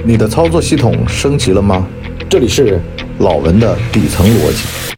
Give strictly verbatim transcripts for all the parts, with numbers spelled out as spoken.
你的操作系统升级了吗？这里是老文的底层逻辑。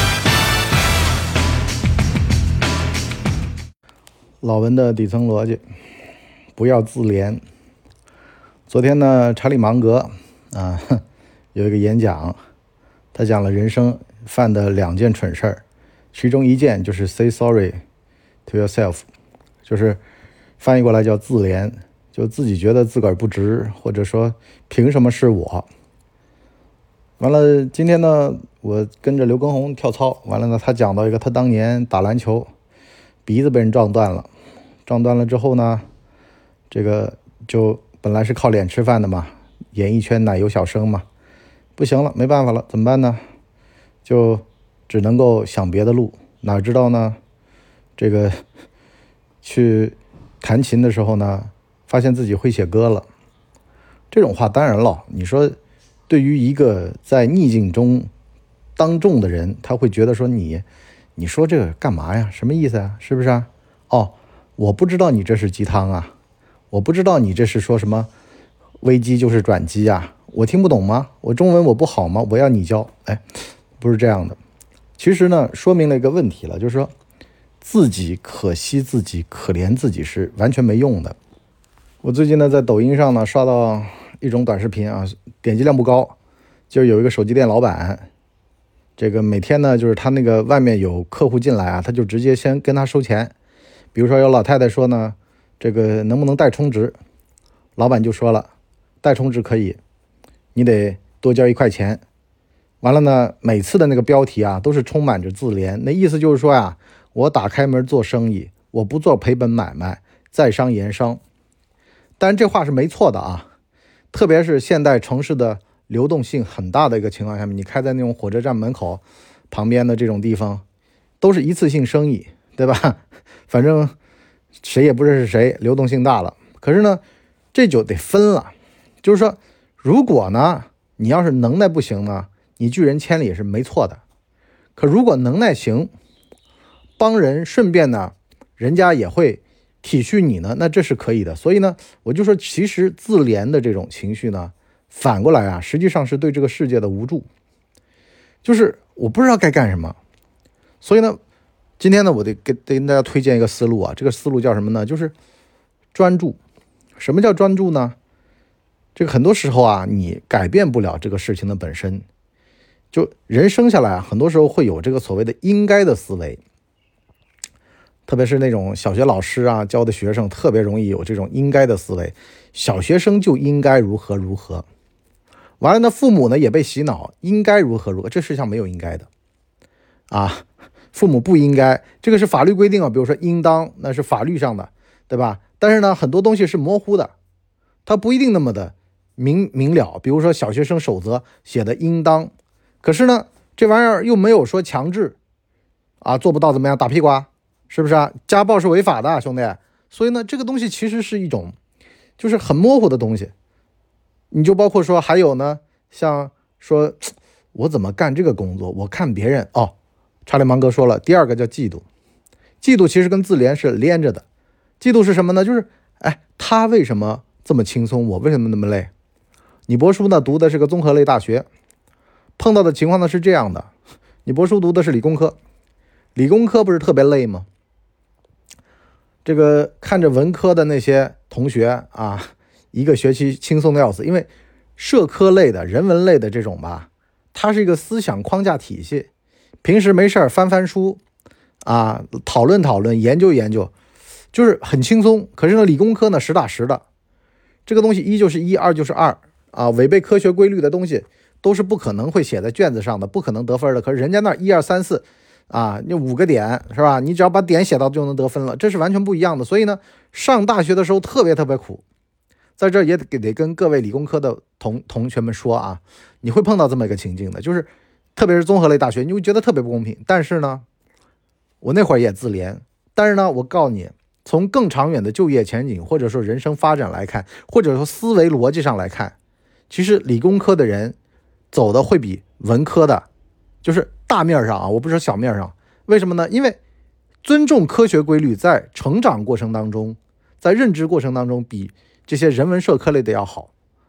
老文的底层逻辑，不要自怜。昨天呢，查理芒格啊有一个演讲，他讲了人生犯的两件蠢事儿，其中一件就是 say sorry to yourself， 就是翻译过来叫自怜，就自己觉得自个儿不值，或者说凭什么是我。完了，今天呢，我跟着刘畊宏跳操，完了呢，他讲到一个他当年打篮球鼻子被人撞断了，撞断了之后呢，这个就本来是靠脸吃饭的嘛，演艺圈奶油小生嘛，不行了，没办法了，怎么办呢？就只能够想别的路，哪知道呢，这个去弹琴的时候呢，发现自己会写歌了。这种话当然了，你说对于一个在逆境中当众的人，他会觉得说你你说这个干嘛呀？什么意思啊？是不是啊？哦，我不知道你这是鸡汤啊，我不知道你这是说什么危机就是转机啊，我听不懂吗？我中文我不好吗？我要你教。哎，不是这样的。其实呢，说明了一个问题了，就是说自己可惜自己可怜自己是完全没用的。我最近呢在抖音上呢刷到一种短视频啊，点击量不高，就有一个手机店老板，这个每天呢就是他那个外面有客户进来啊，他就直接先跟他收钱。比如说有老太太说呢，这个能不能代充值，老板就说了，代充值可以，你得多交一块钱。完了呢，每次的那个标题啊都是充满着自怜，那意思就是说呀，我打开门做生意，我不做赔本买卖，在商言商。当然这话是没错的啊，特别是现代城市的流动性很大的一个情况下面，你开在那种火车站门口旁边的这种地方，都是一次性生意，对吧？反正谁也不认识谁，流动性大了。可是呢，这就得分了，就是说，如果呢，你要是能耐不行呢，你拒人千里是没错的。可如果能耐行，帮人顺便呢，人家也会体恤你呢，那这是可以的。所以呢，我就说，其实自怜的这种情绪呢，反过来啊，实际上是对这个世界的无助，就是我不知道该干什么。所以呢，今天呢，我得给得跟大家推荐一个思路啊，这个思路叫什么呢？就是专注。什么叫专注呢？这个很多时候啊，你改变不了这个事情的本身。就人生下来啊，很多时候会有这个所谓的应该的思维，特别是那种小学老师啊教的学生，特别容易有这种应该的思维，小学生就应该如何如何。完了呢，父母呢也被洗脑，应该如何如何，这世上没有应该的啊，父母不应该，这个是法律规定啊，比如说应当，那是法律上的，对吧？但是呢，很多东西是模糊的，它不一定那么的明明了。比如说小学生守则写的应当，可是呢，这玩意儿又没有说强制啊，做不到怎么样打屁股啊，是不是啊？家暴是违法的，兄弟。所以呢，这个东西其实是一种就是很模糊的东西。你就包括说还有呢，像说我怎么干这个工作，我看别人哦，查理芒格说了，第二个叫嫉妒。嫉妒其实跟自怜是连着的。嫉妒是什么呢？就是哎，他为什么这么轻松，我为什么那么累？你博叔呢读的是个综合类大学，碰到的情况呢是这样的，你博叔读的是理工科，理工科不是特别累吗？这个看着文科的那些同学啊，一个学期轻松的要死，因为社科类的人文类的这种吧，它是一个思想框架体系，平时没事儿翻翻书啊，讨论讨论，研究研究，就是很轻松。可是呢，理工科呢实打实的，这个东西一就是一，二就是二啊，违背科学规律的东西都是不可能会写在卷子上的，不可能得分的。可是人家那一二三四啊，那五个点是吧？你只要把点写到就能得分了，这是完全不一样的。所以呢，上大学的时候特别特别苦。在这也得得跟各位理工科的同同学们说啊，你会碰到这么一个情境的，就是特别是综合类大学，你会觉得特别不公平。但是呢，我那会儿也自怜，但是呢，我告诉你，从更长远的就业前景，或者说人生发展来看，或者说思维逻辑上来看，其实理工科的人走的会比文科的，就是大面上啊，我不是说小面上。为什么呢？因为尊重科学规律在成长过程当中，在认知过程当中比这些人文社科类的要好。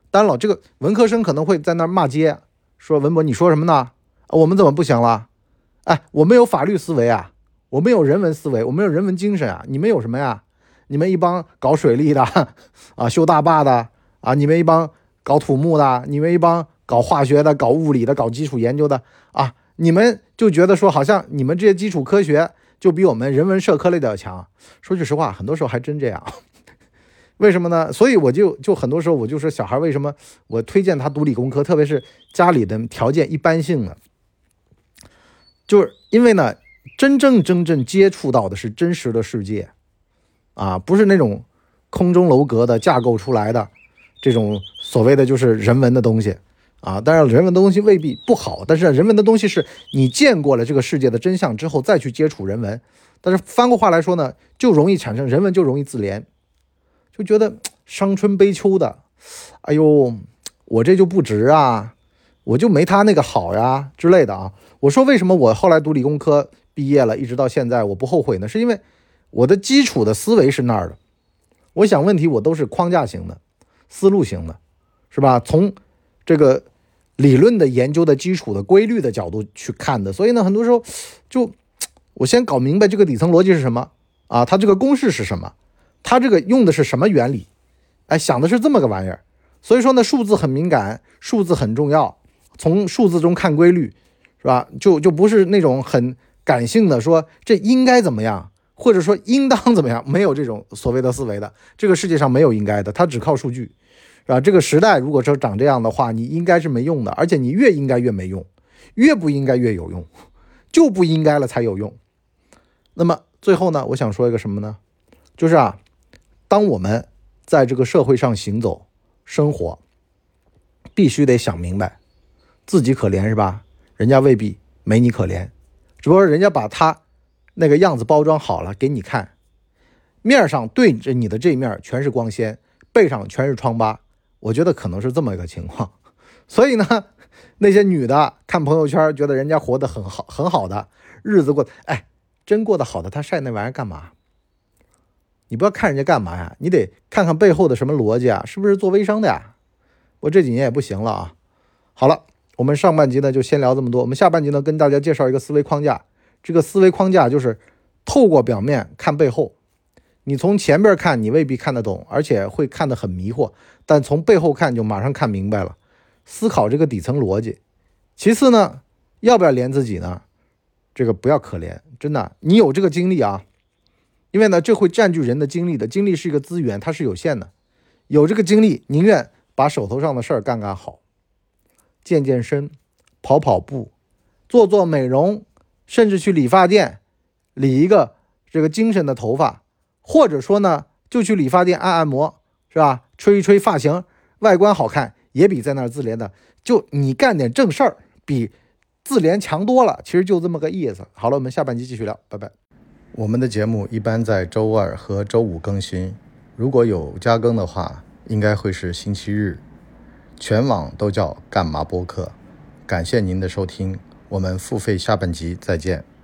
当然了，这个文科生可能会在那儿骂街，说文博你说什么呢？我们怎么不行了？哎，我们有法律思维啊，我们有人文思维，我们有人文精神啊，你们有什么呀？你们一帮搞水利的啊，修大坝的啊，你们一帮搞土木的，你们一帮搞化学的、搞物理的、搞基础研究的啊，你们就觉得说好像你们这些基础科学就比我们人文社科类的要强。说句实话，很多时候还真这样。为什么呢？所以我就就很多时候我就说，小孩为什么我推荐他读理工科，特别是家里的条件一般性的，就是因为呢，真正真正接触到的是真实的世界啊，不是那种空中楼阁的架构出来的这种所谓的就是人文的东西啊。当然人文的东西未必不好，但是人文的东西是你见过了这个世界的真相之后再去接触人文。但是翻过话来说呢，就容易产生人文就容易自怜，就觉得伤春悲秋的，哎呦我这就不值啊，我就没他那个好呀之类的啊。我说为什么我后来读理工科毕业了一直到现在我不后悔呢？是因为我的基础的思维是那儿的，我想问题我都是框架型的思路型的，是吧？从这个理论的研究的基础的规律的角度去看的。所以呢很多时候就我先搞明白这个底层逻辑是什么啊，它这个公式是什么，它这个用的是什么原理，哎，想的是这么个玩意儿。所以说呢数字很敏感，数字很重要，从数字中看规律，是吧？就就不是那种很感性的说这应该怎么样，或者说应当怎么样，没有这种所谓的思维的。这个世界上没有应该的，它只靠数据，是吧？这个时代如果说长这样的话，你应该是没用的，而且你越应该越没用，越不应该越有用，就不应该了才有用。那么最后呢，我想说一个什么呢？就是啊，当我们在这个社会上行走生活，必须得想明白，自己可怜是吧？人家未必没你可怜，只不过人家把他那个样子包装好了给你看，面上对着你的这一面全是光鲜，背上全是疮疤，我觉得可能是这么一个情况。所以呢，那些女的看朋友圈觉得人家活得很好很好的日子过，哎，真过得好的他晒那玩意儿干嘛？你不要看人家干嘛呀，你得看看背后的什么逻辑啊，是不是做微商的呀？我这几年也不行了啊。好了，我们上半集呢就先聊这么多，我们下半集呢跟大家介绍一个思维框架。这个思维框架就是透过表面看背后，你从前边看你未必看得懂，而且会看得很迷惑，但从背后看就马上看明白了，思考这个底层逻辑。其次呢，要不要怜自己呢？这个不要可怜，真的，你有这个精力啊，因为呢这会占据人的精力的，精力是一个资源，它是有限的，有这个精力宁愿把手头上的事儿干干好，健健身，跑跑步，做做美容，甚至去理发店理一个这个精神的头发，或者说呢就去理发店按按摩，是吧？吹一吹发型，外观好看，也比在那儿自怜的，就你干点正事儿比自怜强多了，其实就这么个意思。好了，我们下半集继续聊，拜拜。我们的节目一般在周二和周五更新，如果有加更的话，应该会是星期日。全网都叫干嘛播客。感谢您的收听，我们付费下半集再见。